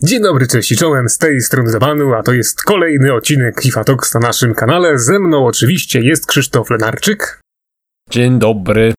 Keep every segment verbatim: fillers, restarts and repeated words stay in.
Dzień dobry, cześć i czołem, z tej strony Zabanu, a to jest kolejny odcinek FIFA Talks na naszym kanale. Ze mną oczywiście jest Krzysztof Lenarczyk. Dzień dobry.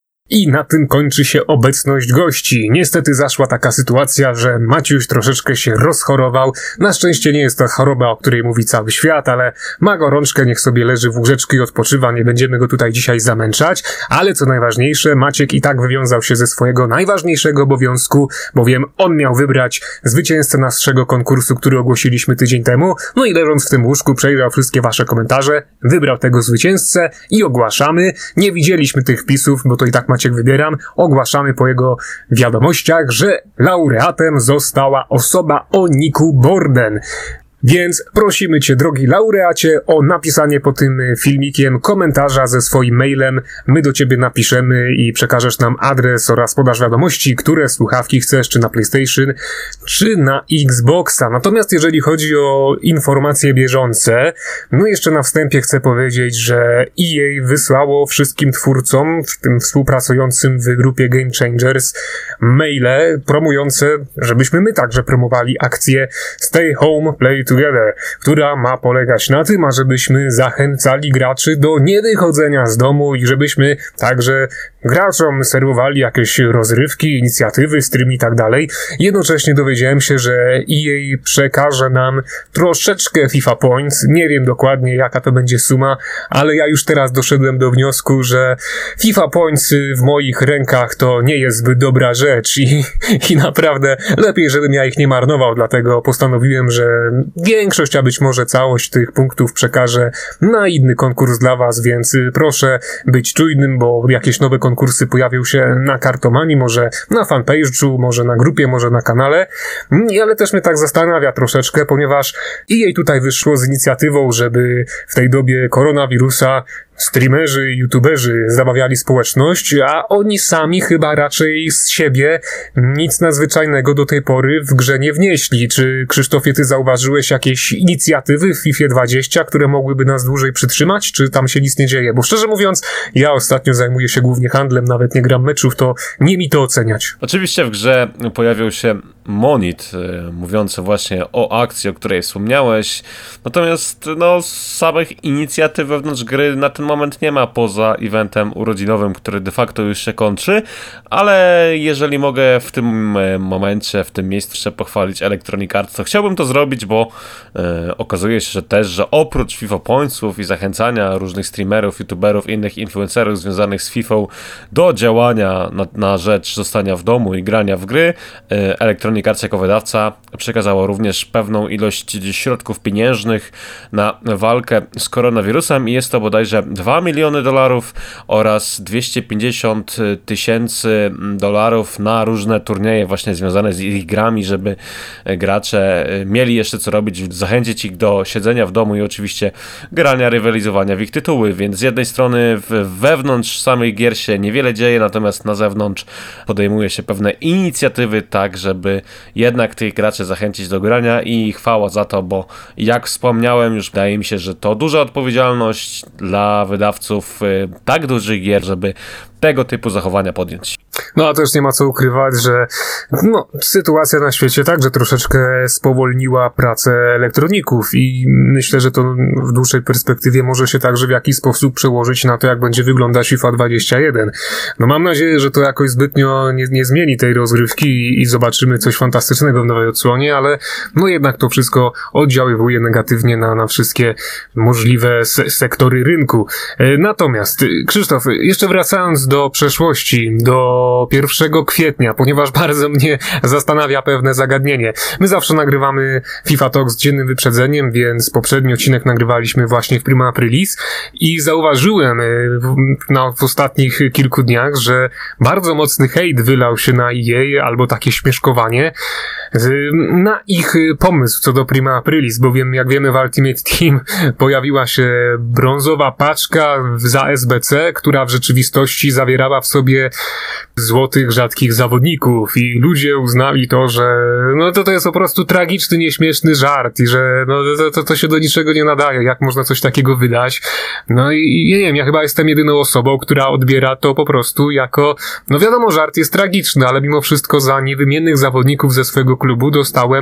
I na tym kończy się obecność gości. Niestety zaszła taka sytuacja, że Maciuś troszeczkę się rozchorował. Na szczęście nie jest to choroba, o której mówi cały świat, ale ma gorączkę, niech sobie leży w łóżeczku i odpoczywa. Nie będziemy go tutaj dzisiaj zamęczać. Ale co najważniejsze, Maciek i tak wywiązał się ze swojego najważniejszego obowiązku, bowiem on miał wybrać zwycięzcę naszego konkursu, który ogłosiliśmy tydzień temu. No i leżąc w tym łóżku przejrzał wszystkie wasze komentarze, wybrał tego zwycięzcę i ogłaszamy. Nie widzieliśmy tych wpisów, bo to i tak Maciek wybieram, ogłaszamy po jego wiadomościach, że laureatem została osoba o niku Borden. Więc prosimy cię, drogi laureacie, o napisanie pod tym filmikiem komentarza ze swoim mailem. My do ciebie napiszemy i przekażesz nam adres oraz podasz wiadomości, które słuchawki chcesz, czy na PlayStation, czy na Xboxa. Natomiast jeżeli chodzi o informacje bieżące, no jeszcze na wstępie chcę powiedzieć, że E A wysłało wszystkim twórcom, w tym współpracującym w grupie Game Changers, maile promujące, żebyśmy my także promowali akcję Stay Home, Play Together, która ma polegać na tym, ażebyśmy zachęcali graczy do niewychodzenia z domu i żebyśmy także graczom serwowali jakieś rozrywki, inicjatywy, stream i tak dalej. Jednocześnie dowiedziałem się, że E A przekaże nam troszeczkę FIFA Points. Nie wiem dokładnie, jaka to będzie suma, ale ja już teraz doszedłem do wniosku, że FIFA Points w moich rękach to nie jest zbyt dobra rzecz i, i naprawdę lepiej, żebym ja ich nie marnował, dlatego postanowiłem, że większość, a być może całość tych punktów przekażę na inny konkurs dla was, więc proszę być czujnym, bo jakieś nowe konkursy pojawią się na Kartomanii, może na fanpage'u, może na grupie, może na kanale, ale też mnie tak zastanawia troszeczkę, ponieważ E A tutaj wyszło z inicjatywą, żeby w tej dobie koronawirusa streamerzy i youtuberzy zabawiali społeczność, a oni sami chyba raczej z siebie nic nadzwyczajnego do tej pory w grze nie wnieśli. Czy, Krzysztofie, ty zauważyłeś jakieś inicjatywy w FIFA dwadzieścia, które mogłyby nas dłużej przytrzymać, czy tam się nic nie dzieje? Bo szczerze mówiąc, ja ostatnio zajmuję się głównie handlem, nawet nie gram meczów, to nie mi to oceniać. Oczywiście w grze pojawił się monit y, mówiący właśnie o akcji, o której wspomniałeś, natomiast no samych inicjatyw wewnątrz gry na ten moment nie ma, poza eventem urodzinowym, który de facto już się kończy, ale jeżeli mogę w tym momencie, w tym miejscu jeszcze pochwalić Electronic Arts, to chciałbym to zrobić, bo y, okazuje się, że też, że oprócz FIFA Pointsów i zachęcania różnych streamerów, youtuberów, innych influencerów związanych z FIFA do działania na, na rzecz zostania w domu i grania w gry, y, Electronic Arts jako wydawca przekazało również pewną ilość środków pieniężnych na walkę z koronawirusem i jest to bodajże dwa miliony dolarów oraz dwieście pięćdziesiąt tysięcy dolarów na różne turnieje właśnie związane z ich grami, żeby gracze mieli jeszcze co robić, zachęcić ich do siedzenia w domu i oczywiście grania, rywalizowania w ich tytuły, więc z jednej strony wewnątrz samych gier się niewiele dzieje, natomiast na zewnątrz podejmuje się pewne inicjatywy tak, żeby jednak tych graczy zachęcić do grania i chwała za to, bo jak wspomniałem już, wydaje mi się, że to duża odpowiedzialność dla wydawców y, tak dużych gier, żeby tego typu zachowania podjąć. No a też nie ma co ukrywać, że no, sytuacja na świecie także troszeczkę spowolniła pracę elektroników i myślę, że to w dłuższej perspektywie może się także w jakiś sposób przełożyć na to, jak będzie wyglądać FIFA dwadzieścia jeden. No mam nadzieję, że to jakoś zbytnio nie, nie zmieni tej rozgrywki i, i zobaczymy coś fantastycznego w nowej odsłonie, ale no jednak to wszystko oddziaływuje negatywnie na, na wszystkie możliwe se- sektory rynku. E, natomiast, Krzysztof, jeszcze wracając do przeszłości, do pierwszego kwietnia, ponieważ bardzo mnie zastanawia pewne zagadnienie. My zawsze nagrywamy FIFA Talks z dziennym wyprzedzeniem, więc poprzedni odcinek nagrywaliśmy właśnie w Prima Aprilis i zauważyłem w, na, w ostatnich kilku dniach, że bardzo mocny hejt wylał się na E A, albo takie śmieszkowanie na ich pomysł co do Prima Aprilis, bowiem jak wiemy w Ultimate Team pojawiła się brązowa paczka za S B C, która w rzeczywistości zawierała w sobie złotych, rzadkich zawodników i ludzie uznali to, że no to to jest po prostu tragiczny, nieśmieszny żart i że no to, to, to się do niczego nie nadaje, jak można coś takiego wydać. No i nie wiem, ja chyba jestem jedyną osobą, która odbiera to po prostu jako, no wiadomo, żart jest tragiczny, ale mimo wszystko za niewymiennych zawodników ze swojego klubu dostałem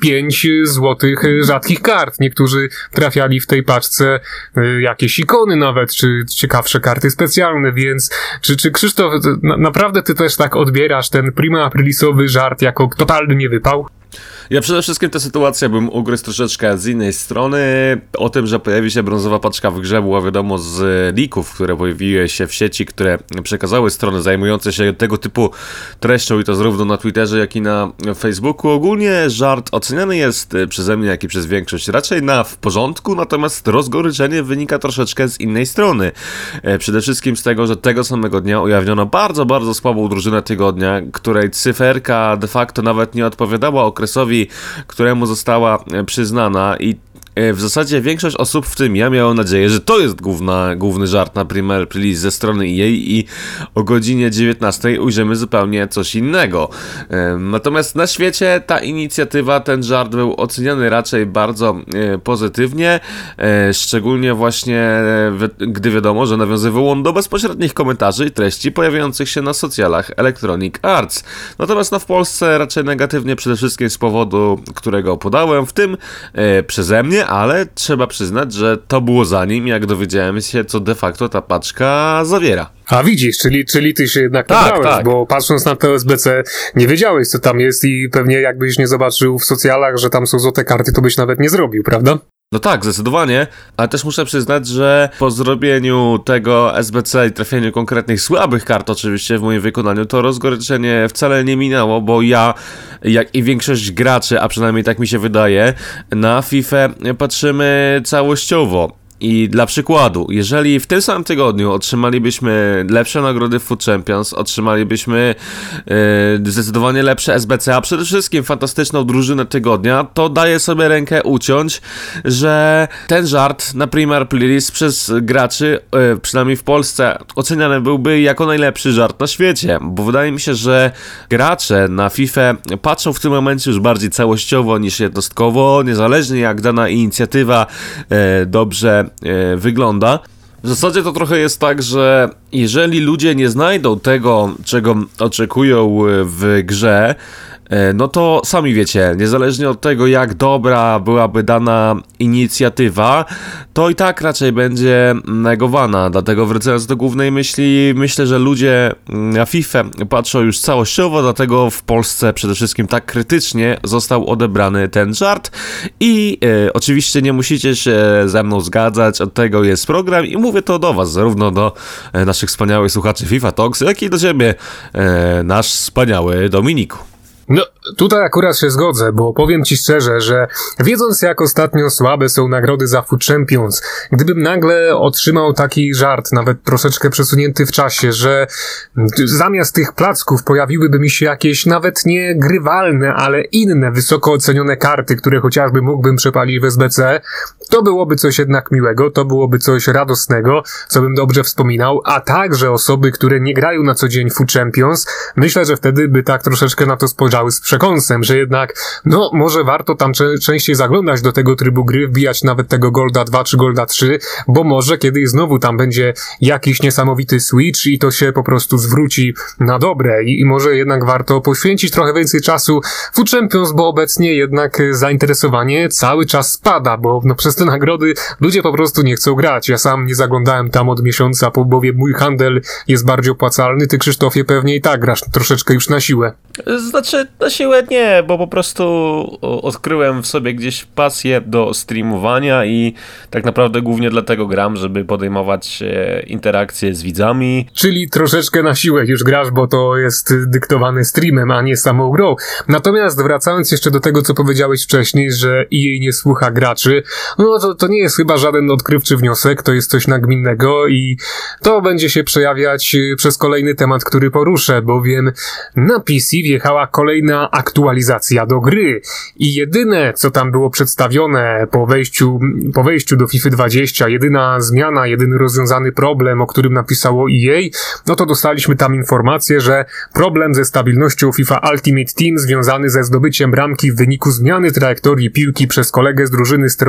pięć złotych rzadkich kart. Niektórzy trafiali w tej paczce y, jakieś ikony nawet, czy ciekawsze karty specjalne, więc czy, czy Krzysztof, na, naprawdę ty też tak odbierasz ten prima aprilisowy żart jako totalny niewypał? Ja przede wszystkim tę sytuację bym ugryzł troszeczkę z innej strony. O tym, że pojawi się brązowa paczka w grze, było wiadomo z leaków, które pojawiły się w sieci, które przekazały strony zajmujące się tego typu treścią i to zarówno na Twitterze, jak i na Facebooku. Ogólnie żart oceniany jest przeze mnie, jak i przez większość raczej na w porządku, natomiast rozgoryczenie wynika troszeczkę z innej strony. Przede wszystkim z tego, że tego samego dnia ujawniono bardzo, bardzo słabą drużynę tygodnia, której cyferka de facto nawet nie odpowiadała okresowi, któremu została przyznana i w zasadzie większość osób, w tym ja, miało nadzieję, że to jest główna, główny żart na Premier Release ze strony E A i o godzinie dziewiętnastej ujrzymy zupełnie coś innego. Natomiast na świecie ta inicjatywa, ten żart był oceniany raczej bardzo pozytywnie, szczególnie właśnie gdy wiadomo, że nawiązywał on do bezpośrednich komentarzy i treści pojawiających się na socjalach Electronic Arts. Natomiast no, w Polsce raczej negatywnie, przede wszystkim z powodu, którego podałem, w tym przeze mnie, ale trzeba przyznać, że to było zanim, jak dowiedziałem się, co de facto ta paczka zawiera. A widzisz, czyli, czyli ty się jednak tak, nabrałeś, tak. Bo patrząc na T S B C nie wiedziałeś, co tam jest i pewnie jakbyś nie zobaczył w socjalach, że tam są złote karty, to byś nawet nie zrobił, prawda? No tak, zdecydowanie, ale też muszę przyznać, że po zrobieniu tego S B C i trafieniu konkretnych słabych kart oczywiście w moim wykonaniu, to rozgoryczenie wcale nie minęło, bo ja, jak i większość graczy, a przynajmniej tak mi się wydaje, na FIFA patrzymy całościowo. I dla przykładu, jeżeli w tym samym tygodniu otrzymalibyśmy lepsze nagrody w Food Champions, otrzymalibyśmy yy, zdecydowanie lepsze S B C, a przede wszystkim fantastyczną drużynę tygodnia, to daję sobie rękę uciąć, że ten żart na Premier Release przez graczy, yy, przynajmniej w Polsce, oceniany byłby jako najlepszy żart na świecie, bo wydaje mi się, że gracze na FIFA patrzą w tym momencie już bardziej całościowo niż jednostkowo, niezależnie jak dana inicjatywa yy, dobrze wygląda. W zasadzie to trochę jest tak, że jeżeli ludzie nie znajdą tego, czego oczekują w grze, no to sami wiecie, niezależnie od tego, jak dobra byłaby dana inicjatywa, to i tak raczej będzie negowana. Dlatego wracając do głównej myśli, myślę, że ludzie na FIFA patrzą już całościowo, dlatego w Polsce przede wszystkim tak krytycznie został odebrany ten żart i e, oczywiście nie musicie się ze mną zgadzać, od tego jest program i mówię to do was, zarówno do e, naszych wspaniałych słuchaczy FIFA Talks, jak i do ciebie, e, nasz wspaniały Dominiku. No, tutaj akurat się zgodzę, bo powiem ci szczerze, że wiedząc jak ostatnio słabe są nagrody za Food Champions, gdybym nagle otrzymał taki żart, nawet troszeczkę przesunięty w czasie, że zamiast tych placków pojawiłyby mi się jakieś nawet nie grywalne, ale inne wysoko ocenione karty, które chociażby mógłbym przepalić w S B C, to byłoby coś jednak miłego, to byłoby coś radosnego, co bym dobrze wspominał, a także osoby, które nie grają na co dzień Food Champions, myślę, że wtedy by tak troszeczkę na to spojrzały z przekąsem, że jednak, no, może warto tam cze- częściej zaglądać do tego trybu gry, wbijać nawet tego Golda dwa czy Golda trzy, bo może kiedyś znowu tam będzie jakiś niesamowity switch i to się po prostu zwróci na dobre i, i może jednak warto poświęcić trochę więcej czasu Food Champions, bo obecnie jednak zainteresowanie cały czas spada, bo no, przez te nagrody ludzie po prostu nie chcą grać. Ja sam nie zaglądałem tam od miesiąca, bowiem mój handel jest bardziej opłacalny. Ty, Krzysztofie, pewnie i tak grasz troszeczkę już na siłę. Znaczy, na siłę nie, bo po prostu odkryłem w sobie gdzieś pasję do streamowania i tak naprawdę głównie dlatego gram, żeby podejmować interakcje z widzami. Czyli troszeczkę na siłę już grasz, bo to jest dyktowane streamem, a nie samą grą. Natomiast wracając jeszcze do tego, co powiedziałeś wcześniej, że E A nie słucha graczy, no to, to nie jest chyba żaden odkrywczy wniosek, to jest coś nagminnego i to będzie się przejawiać przez kolejny temat, który poruszę, bowiem na P C wjechała kolejna aktualizacja do gry i jedyne, co tam było przedstawione po wejściu, po wejściu do FIFA dwadzieścia, jedyna zmiana, jedyny rozwiązany problem, o którym napisało E A, no to dostaliśmy tam informację, że problem ze stabilnością FIFA Ultimate Team związany ze zdobyciem bramki w wyniku zmiany trajektorii piłki przez kolegę z drużyny sterowanego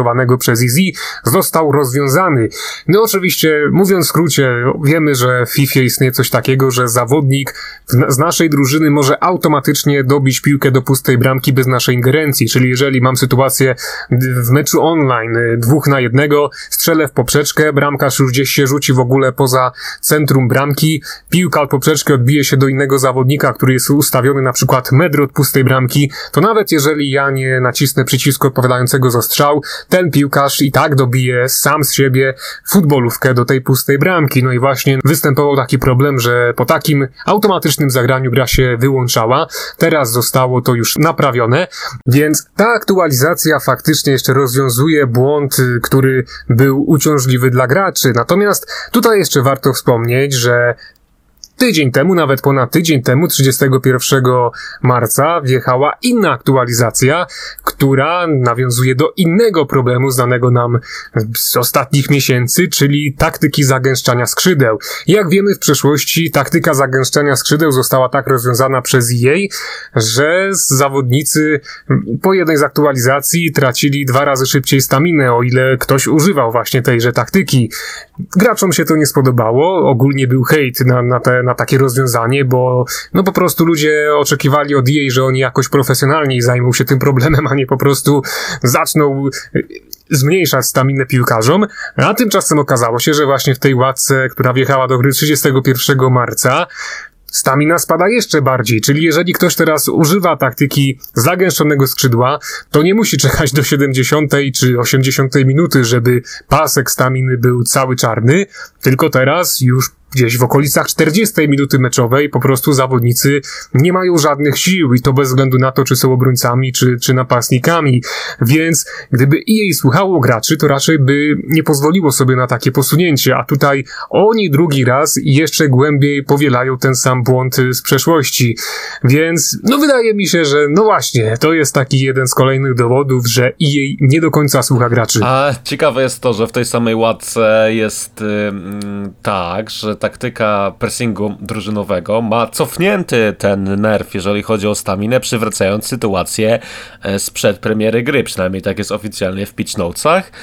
przez Easy został rozwiązany. No oczywiście, mówiąc w skrócie, wiemy, że w FIFA istnieje coś takiego, że zawodnik z naszej drużyny może automatycznie dobić piłkę do pustej bramki bez naszej ingerencji, czyli jeżeli mam sytuację w meczu online dwóch na jednego, strzelę w poprzeczkę, bramkarz już gdzieś się rzuci w ogóle poza centrum bramki, piłka od poprzeczki odbije się do innego zawodnika, który jest ustawiony na przykład metr od pustej bramki, to nawet jeżeli ja nie nacisnę przycisku odpowiadającego za strzał, ten piłkarz i tak dobije sam z siebie futbolówkę do tej pustej bramki. No i właśnie występował taki problem, że po takim automatycznym zagraniu gra się wyłączała. Teraz zostało to już naprawione, więc ta aktualizacja faktycznie jeszcze rozwiązuje błąd, który był uciążliwy dla graczy. Natomiast tutaj jeszcze warto wspomnieć, że tydzień temu, nawet ponad tydzień temu, trzydziestego pierwszego marca, wjechała inna aktualizacja, która nawiązuje do innego problemu znanego nam z ostatnich miesięcy, czyli taktyki zagęszczania skrzydeł. Jak wiemy, w przeszłości taktyka zagęszczania skrzydeł została tak rozwiązana przez E A, że zawodnicy po jednej z aktualizacji tracili dwa razy szybciej staminę, o ile ktoś używał właśnie tejże taktyki. Graczom się to nie spodobało, ogólnie był hejt na, na te na takie rozwiązanie, bo no po prostu ludzie oczekiwali od E A, że oni jakoś profesjonalniej zajmą się tym problemem, a nie po prostu zaczną zmniejszać staminę piłkarzom, a tymczasem okazało się, że właśnie w tej łatce, która wjechała do gry trzydziestego pierwszego marca, stamina spada jeszcze bardziej, czyli jeżeli ktoś teraz używa taktyki zagęszczonego skrzydła, to nie musi czekać do siedemdziesiątej czy osiemdziesiątej minuty, żeby pasek staminy był cały czarny, tylko teraz już gdzieś w okolicach czterdziestej minuty meczowej po prostu zawodnicy nie mają żadnych sił i to bez względu na to, czy są obrońcami, czy, czy napastnikami. Więc gdyby E A słuchało graczy, to raczej by nie pozwoliło sobie na takie posunięcie, a tutaj oni drugi raz jeszcze głębiej powielają ten sam błąd z przeszłości. Więc no wydaje mi się, że no właśnie, to jest taki jeden z kolejnych dowodów, że E A nie do końca słucha graczy. A ciekawe jest to, że w tej samej łatce jest yy, tak, że taktyka pressingu drużynowego ma cofnięty ten nerw, jeżeli chodzi o staminę, przywracając sytuację sprzed premiery gry, przynajmniej tak jest oficjalnie w pitch notesach,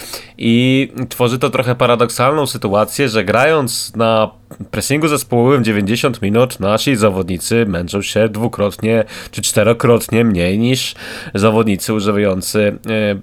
i tworzy to trochę paradoksalną sytuację, że grając na pressingu zespołowym dziewięćdziesiąt minut nasi zawodnicy męczą się dwukrotnie czy czterokrotnie mniej niż zawodnicy używający e,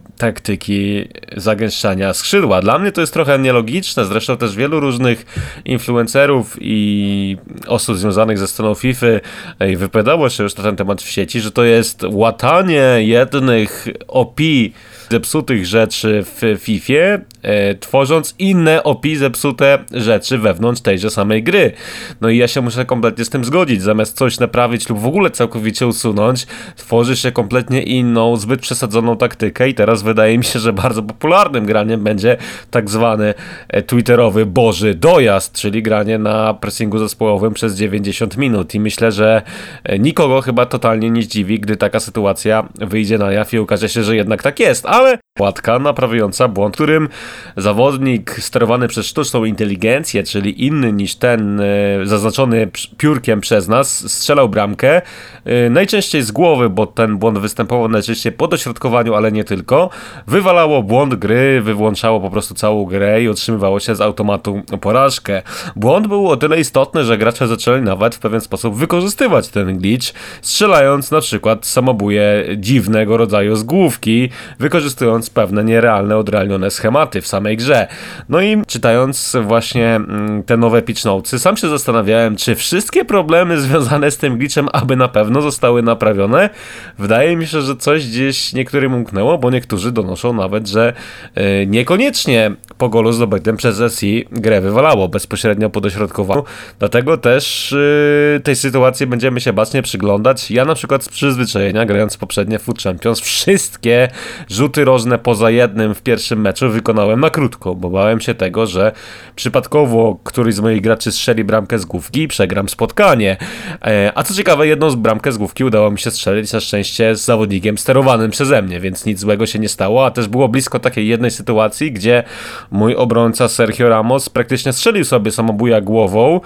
taktyki zagęszczania skrzydła. Dla mnie to jest trochę nielogiczne, zresztą też wielu różnych influencerów i osób związanych ze sceną FIFA e, wypowiadało się już na ten temat w sieci, że to jest łatanie jednych O P zepsutych rzeczy w Fifie, e, tworząc inne O P zepsute rzeczy wewnątrz tejże samej gry. No i ja się muszę kompletnie z tym zgodzić. Zamiast coś naprawić lub w ogóle całkowicie usunąć, tworzy się kompletnie inną, zbyt przesadzoną taktykę i teraz wydaje mi się, że bardzo popularnym graniem będzie tak zwany e, twitterowy boży dojazd, czyli granie na pressingu zespołowym przez dziewięćdziesiąt minut i myślę, że e, nikogo chyba totalnie nie zdziwi, gdy taka sytuacja wyjdzie na jaw i okaże się, że jednak tak jest. Ale łatka naprawiająca błąd, którym zawodnik sterowany przez sztuczną inteligencję, czyli inny niż ten e, zaznaczony piórkiem przez nas, strzelał bramkę, e, najczęściej z głowy, bo ten błąd występował najczęściej po dośrodkowaniu, ale nie tylko, wywalało błąd gry, wyłączało po prostu całą grę i otrzymywało się z automatu porażkę. Błąd był o tyle istotny, że gracze zaczęli nawet w pewien sposób wykorzystywać ten glitch, strzelając na przykład samobuje dziwnego rodzaju z główki, wykorzystując pewne nierealne, odrealnione schematy w samej grze. No i czytając właśnie te nowe pitch notesy, sam się zastanawiałem, czy wszystkie problemy związane z tym glitchem aby na pewno zostały naprawione. Wydaje mi się, że coś gdzieś niektórym umknęło, bo niektórzy donoszą nawet, że yy, niekoniecznie po golu zdobytym przez S C grę wywalało bezpośrednio po dośrodkowaniu. Dlatego też yy, tej sytuacji będziemy się bacznie przyglądać. Ja na przykład z przyzwyczajenia, grając poprzednie Foot Champions, wszystkie rzuty rożne poza jednym w pierwszym meczu wykonałem na krótko, bo bałem się tego, że przypadkowo któryś z moich graczy strzeli bramkę z główki i przegram spotkanie. E, a co ciekawe, jedną z bramkę z główki udało mi się strzelić na szczęście z zawodnikiem sterowanym przeze mnie, więc nic złego się nie stało, a też było blisko takiej jednej sytuacji, gdzie mój obrońca Sergio Ramos praktycznie strzelił sobie samobuja głową,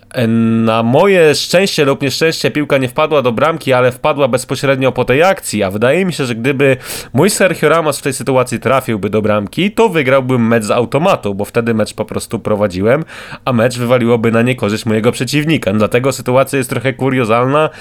Na moje szczęście lub nieszczęście piłka nie wpadła do bramki, ale wpadła bezpośrednio po tej akcji, a wydaje mi się, że gdyby mój Sergio Ramos w tej sytuacji trafiłby do bramki, to wygrałbym mecz z automatu, bo wtedy mecz po prostu prowadziłem, a mecz wywaliłoby na niekorzyść mojego przeciwnika. Dlatego sytuacja jest trochę kuriozalna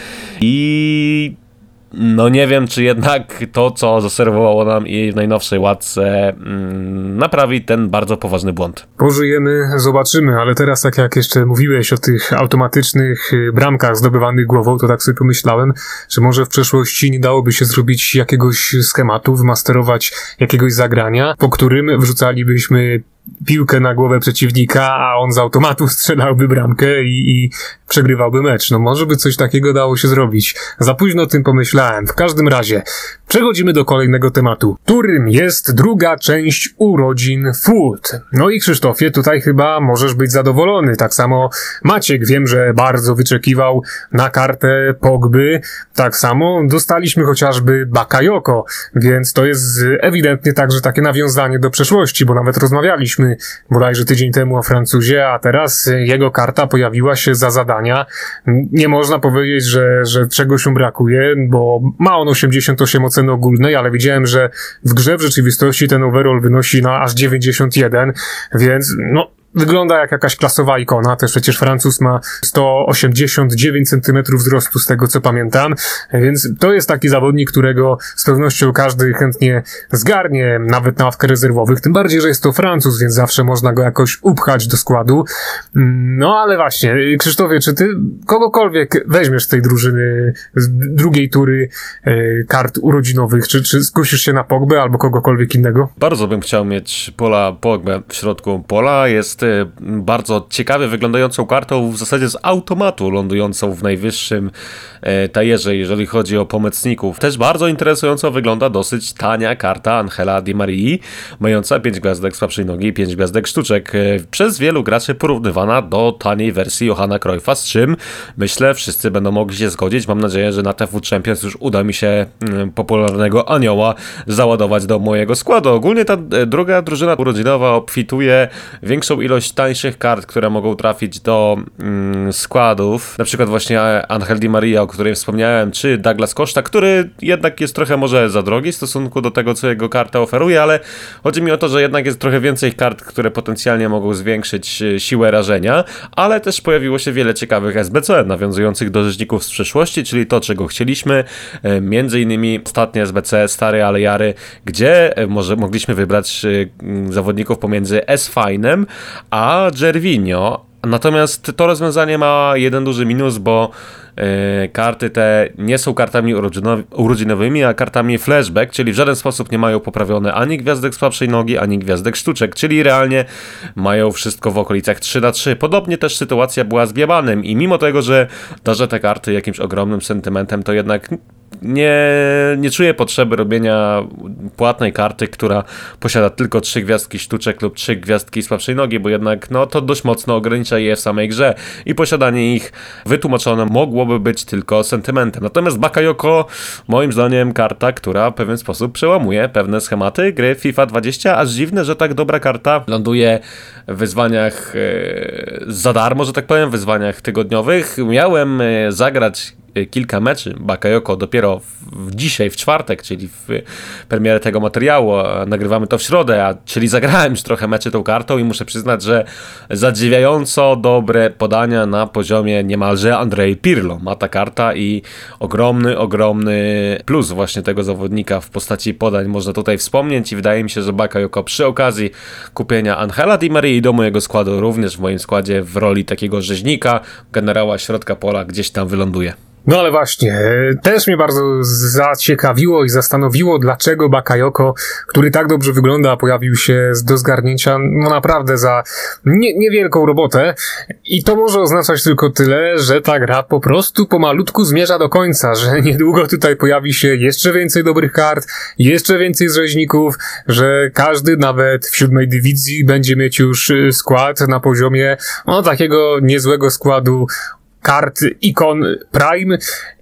i... no nie wiem, czy jednak to, co zaserwowało nam i w najnowszej łatce mm, naprawi ten bardzo poważny błąd. Pożyjemy, zobaczymy, ale teraz tak jak jeszcze mówiłeś o tych automatycznych bramkach zdobywanych głową, to tak sobie pomyślałem, że może w przeszłości nie dałoby się zrobić jakiegoś schematu, wymasterować jakiegoś zagrania, po którym wrzucalibyśmy piłkę na głowę przeciwnika, a on z automatu strzelałby bramkę i, i przegrywałby mecz. No może by coś takiego dało się zrobić. Za późno o tym pomyślałem. W każdym razie przechodzimy do kolejnego tematu, którym jest druga część urodzin Foot. No i Krzysztofie, tutaj chyba możesz być zadowolony. Tak samo Maciek, wiem, że bardzo wyczekiwał na kartę Pogby. Tak samo dostaliśmy chociażby Bakayoko, więc to jest ewidentnie także takie nawiązanie do przeszłości, bo nawet rozmawialiśmy bodajże tydzień temu o Francuzie, a teraz jego karta pojawiła się za zadania. Nie można powiedzieć, że, że czegoś mu brakuje, bo ma on osiemdziesiąt osiem oceny ogólnej, ale widziałem, że w grze w rzeczywistości ten overall wynosi na aż dziewięćdziesiąt jeden, więc no wygląda jak jakaś klasowa ikona, też przecież Francuz ma sto osiemdziesiąt dziewięć centymetrów wzrostu z tego co pamiętam, więc to jest taki zawodnik, którego z pewnością każdy chętnie zgarnie, nawet na ławkę rezerwowych, tym bardziej, że jest to Francuz, więc zawsze można go jakoś upchać do składu. No ale właśnie, Krzysztofie, czy ty kogokolwiek weźmiesz z tej drużyny z drugiej tury e, kart urodzinowych, czy, czy skusisz się na Pogbę albo kogokolwiek innego? Bardzo bym chciał mieć Pola Pogbę w środku pola, jest bardzo ciekawie wyglądającą kartą, w zasadzie z automatu lądującą w najwyższym e, tajerze, jeżeli chodzi o pomocników. Też bardzo interesująco wygląda dosyć tania karta Angela Di Marii, mająca pięć gwiazdek słabszej nogi i pięć gwiazdek sztuczek. E, przez wielu graczy porównywana do taniej wersji Johana Cruyffa, z czym myślę wszyscy będą mogli się zgodzić. Mam nadzieję, że na T F Champions już uda mi się mm, popularnego anioła załadować do mojego składu. Ogólnie ta e, druga drużyna urodzinowa obfituje większą ilość tańszych kart, które mogą trafić do mm, składów. Na przykład właśnie Angel Di Maria, o którym wspomniałem, czy Douglas Costa, który jednak jest trochę może za drogi w stosunku do tego, co jego karta oferuje, ale chodzi mi o to, że jednak jest trochę więcej kart, które potencjalnie mogą zwiększyć siłę rażenia, ale też pojawiło się wiele ciekawych S B C nawiązujących do rzeźników z przeszłości, czyli to, czego chcieliśmy. Między innymi ostatnie S B C Stary Alejary, gdzie może mogliśmy wybrać zawodników pomiędzy S-Finem a Gervinho. Natomiast to rozwiązanie ma jeden duży minus, bo yy, karty te nie są kartami urodzinowy, urodzinowymi, a kartami flashback, czyli w żaden sposób nie mają poprawione ani gwiazdek słabszej nogi, ani gwiazdek sztuczek, czyli realnie mają wszystko w okolicach trzy na trzy. Podobnie też sytuacja była z Biabanem i mimo tego, że darzę te karty jakimś ogromnym sentymentem, to jednak Nie, nie czuję potrzeby robienia płatnej karty, która posiada tylko trzy gwiazdki sztuczek lub trzy gwiazdki słabszej nogi, bo jednak no, to dość mocno ogranicza je w samej grze i posiadanie ich wytłumaczone mogłoby być tylko sentymentem. Natomiast Bakayoko, moim zdaniem, karta, która w pewien sposób przełamuje pewne schematy gry FIFA dwadzieścia, aż dziwne, że tak dobra karta ląduje w wyzwaniach e, za darmo, że tak powiem, w wyzwaniach tygodniowych. Miałem e, zagrać kilka meczy Bakayoko dopiero w, dzisiaj, w czwartek, czyli w premierę tego materiału, nagrywamy to w środę, a, czyli zagrałem już trochę meczy tą kartą i muszę przyznać, że zadziwiająco dobre podania na poziomie niemalże Andrei Pirlo ma ta karta i ogromny, ogromny plus właśnie tego zawodnika w postaci podań można tutaj wspomnieć i wydaje mi się, że Bakayoko przy okazji kupienia Angela Di Marii do mojego składu, również w moim składzie w roli takiego rzeźnika, generała środka pola gdzieś tam wyląduje. No ale właśnie, też mnie bardzo zaciekawiło i zastanowiło, dlaczego Bakayoko, który tak dobrze wygląda, pojawił się do zgarnięcia no naprawdę za nie, niewielką robotę i to może oznaczać tylko tyle, że ta gra po prostu pomalutku zmierza do końca, że niedługo tutaj pojawi się jeszcze więcej dobrych kart, jeszcze więcej rzeźników, że każdy nawet w siódmej dywizji będzie mieć już skład na poziomie no takiego niezłego składu kart ikon Prime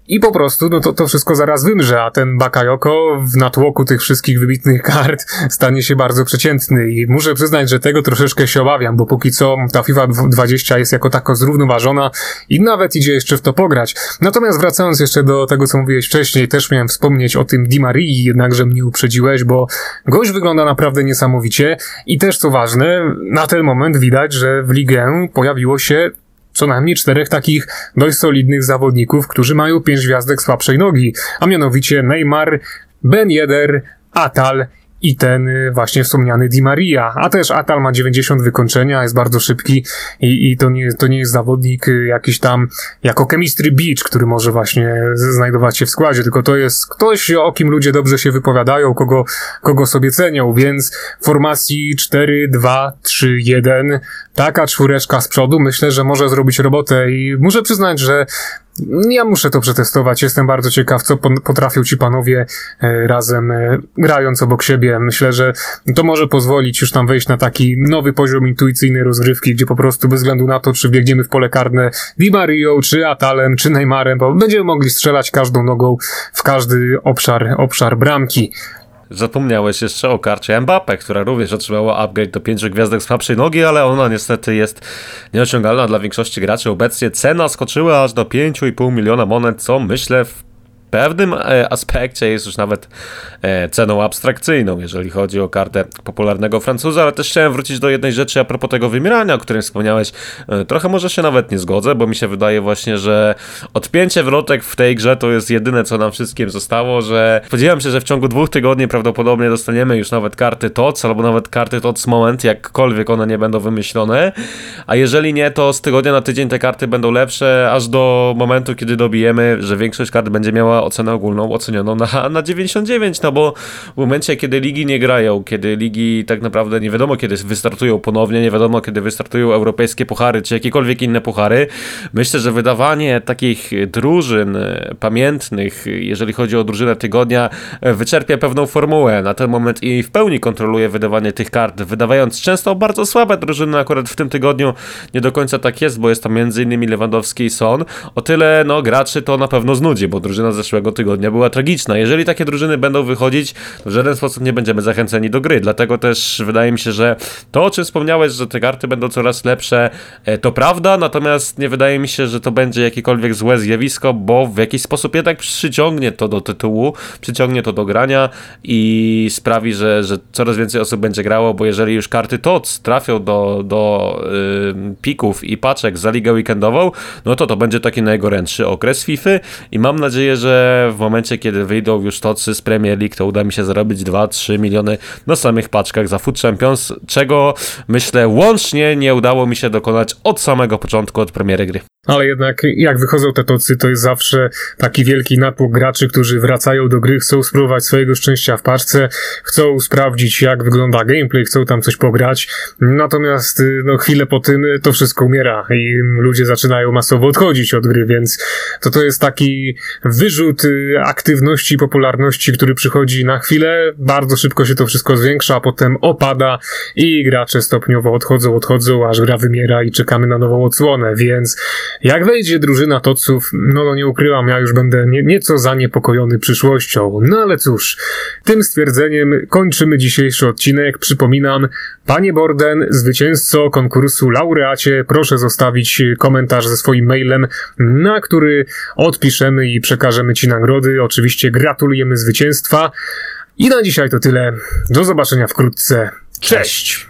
I po prostu, no to, to wszystko zaraz wymrze, a ten Bakayoko w natłoku tych wszystkich wybitnych kart stanie się bardzo przeciętny i muszę przyznać, że tego troszeczkę się obawiam, bo póki co ta FIFA dwadzieścia jest jako tako zrównoważona i nawet idzie jeszcze w to pograć. Natomiast wracając jeszcze do tego, co mówiłeś wcześniej, też miałem wspomnieć o tym Di Marii, jednakże mnie uprzedziłeś, bo gość wygląda naprawdę niesamowicie i też co ważne, na ten moment widać, że w ligę pojawiło się co najmniej czterech takich dość solidnych zawodników, którzy mają pięć gwiazdek słabszej nogi, a mianowicie Neymar, Ben Yedder, Atal i ten właśnie wspomniany Di Maria. A też Atal ma dziewięćdziesiąt wykończenia, jest bardzo szybki i, i to, nie, to nie jest zawodnik jakiś tam jako chemistry beach, który może właśnie znajdować się w składzie, tylko to jest ktoś, o kim ludzie dobrze się wypowiadają, kogo, kogo sobie cenią, więc w formacji cztery, dwa, trzy, jeden taka czwóreczka z przodu myślę, że może zrobić robotę i muszę przyznać, że ja muszę to przetestować. Jestem bardzo ciekaw, co potrafią ci panowie e, razem e, grając obok siebie. Myślę, że to może pozwolić już tam wejść na taki nowy poziom intuicyjnej rozgrywki, gdzie po prostu bez względu na to, czy biegniemy w pole karne Di Marią, czy Atalem, czy Neymarem, bo będziemy mogli strzelać każdą nogą w każdy obszar, obszar bramki. Zapomniałeś jeszcze o karcie Mbappé, która również otrzymała upgrade do pięciu gwiazdek słabszej nogi, ale ona niestety jest nieosiągalna dla większości graczy. Obecnie cena skoczyła aż do pięć i pół miliona monet, co myślę w pewnym e, aspekcie jest już nawet e, ceną abstrakcyjną, jeżeli chodzi o kartę popularnego Francuza, ale też chciałem wrócić do jednej rzeczy a propos tego wymierania, o którym wspomniałeś. E, trochę może się nawet nie zgodzę, bo mi się wydaje właśnie, że odpięcie wrotek w tej grze to jest jedyne, co nam wszystkim zostało, że spodziewam się, że w ciągu dwóch tygodni prawdopodobnie dostaniemy już nawet karty T O C, albo nawet karty T O C Moment, jakkolwiek one nie będą wymyślone, a jeżeli nie, to z tygodnia na tydzień te karty będą lepsze, aż do momentu, kiedy dobijemy, że większość kart będzie miała ocenę ogólną ocenioną na, na dziewięćdziesiąt dziewięć, no bo w momencie, kiedy ligi nie grają, kiedy ligi tak naprawdę nie wiadomo, kiedy wystartują ponownie, nie wiadomo, kiedy wystartują europejskie puchary, czy jakiekolwiek inne puchary, myślę, że wydawanie takich drużyn pamiętnych, jeżeli chodzi o drużynę tygodnia, wyczerpie pewną formułę. Na ten moment i w pełni kontroluje wydawanie tych kart, wydawając często bardzo słabe drużyny. Akurat w tym tygodniu nie do końca tak jest, bo jest tam między innymi Lewandowski i Son. O tyle, no, graczy to na pewno znudzi, bo drużyna zeszłego tygodnia była tragiczna. Jeżeli takie drużyny będą wychodzić, to w żaden sposób nie będziemy zachęceni do gry. Dlatego też wydaje mi się, że to, o czym wspomniałeś, że te karty będą coraz lepsze, to prawda, natomiast nie wydaje mi się, że to będzie jakiekolwiek złe zjawisko, bo w jakiś sposób jednak przyciągnie to do tytułu, przyciągnie to do grania i sprawi, że, że coraz więcej osób będzie grało, bo jeżeli już karty T O C trafią do, do yy, pików i paczek za ligę weekendową, no to to będzie taki najgorętszy okres FIFA i mam nadzieję, że w momencie, kiedy wyjdą już tocy z Premier League, to uda mi się zarobić dwa trzy miliony na samych paczkach za Foot Champions, czego myślę łącznie nie udało mi się dokonać od samego początku, od premiery gry. Ale jednak jak wychodzą te tocy, to jest zawsze taki wielki natłok graczy, którzy wracają do gry, chcą spróbować swojego szczęścia w paczce, chcą sprawdzić, jak wygląda gameplay, chcą tam coś pograć. Natomiast no, chwilę po tym to wszystko umiera i ludzie zaczynają masowo odchodzić od gry, więc to to jest taki wyrzut aktywności, popularności, który przychodzi na chwilę, bardzo szybko się to wszystko zwiększa, a potem opada i gracze stopniowo odchodzą, odchodzą, aż gra wymiera i czekamy na nową odsłonę, więc jak wejdzie drużyna toców, no, no nie ukrywam, ja już będę nie, nieco zaniepokojony przyszłością. No ale cóż, tym stwierdzeniem kończymy dzisiejszy odcinek. Przypominam, panie Borden, zwycięzco konkursu, laureacie, proszę zostawić komentarz ze swoim mailem, na który odpiszemy i przekażemy ci nagrody. Oczywiście gratulujemy zwycięstwa. I na dzisiaj to tyle. Do zobaczenia wkrótce. Cześć!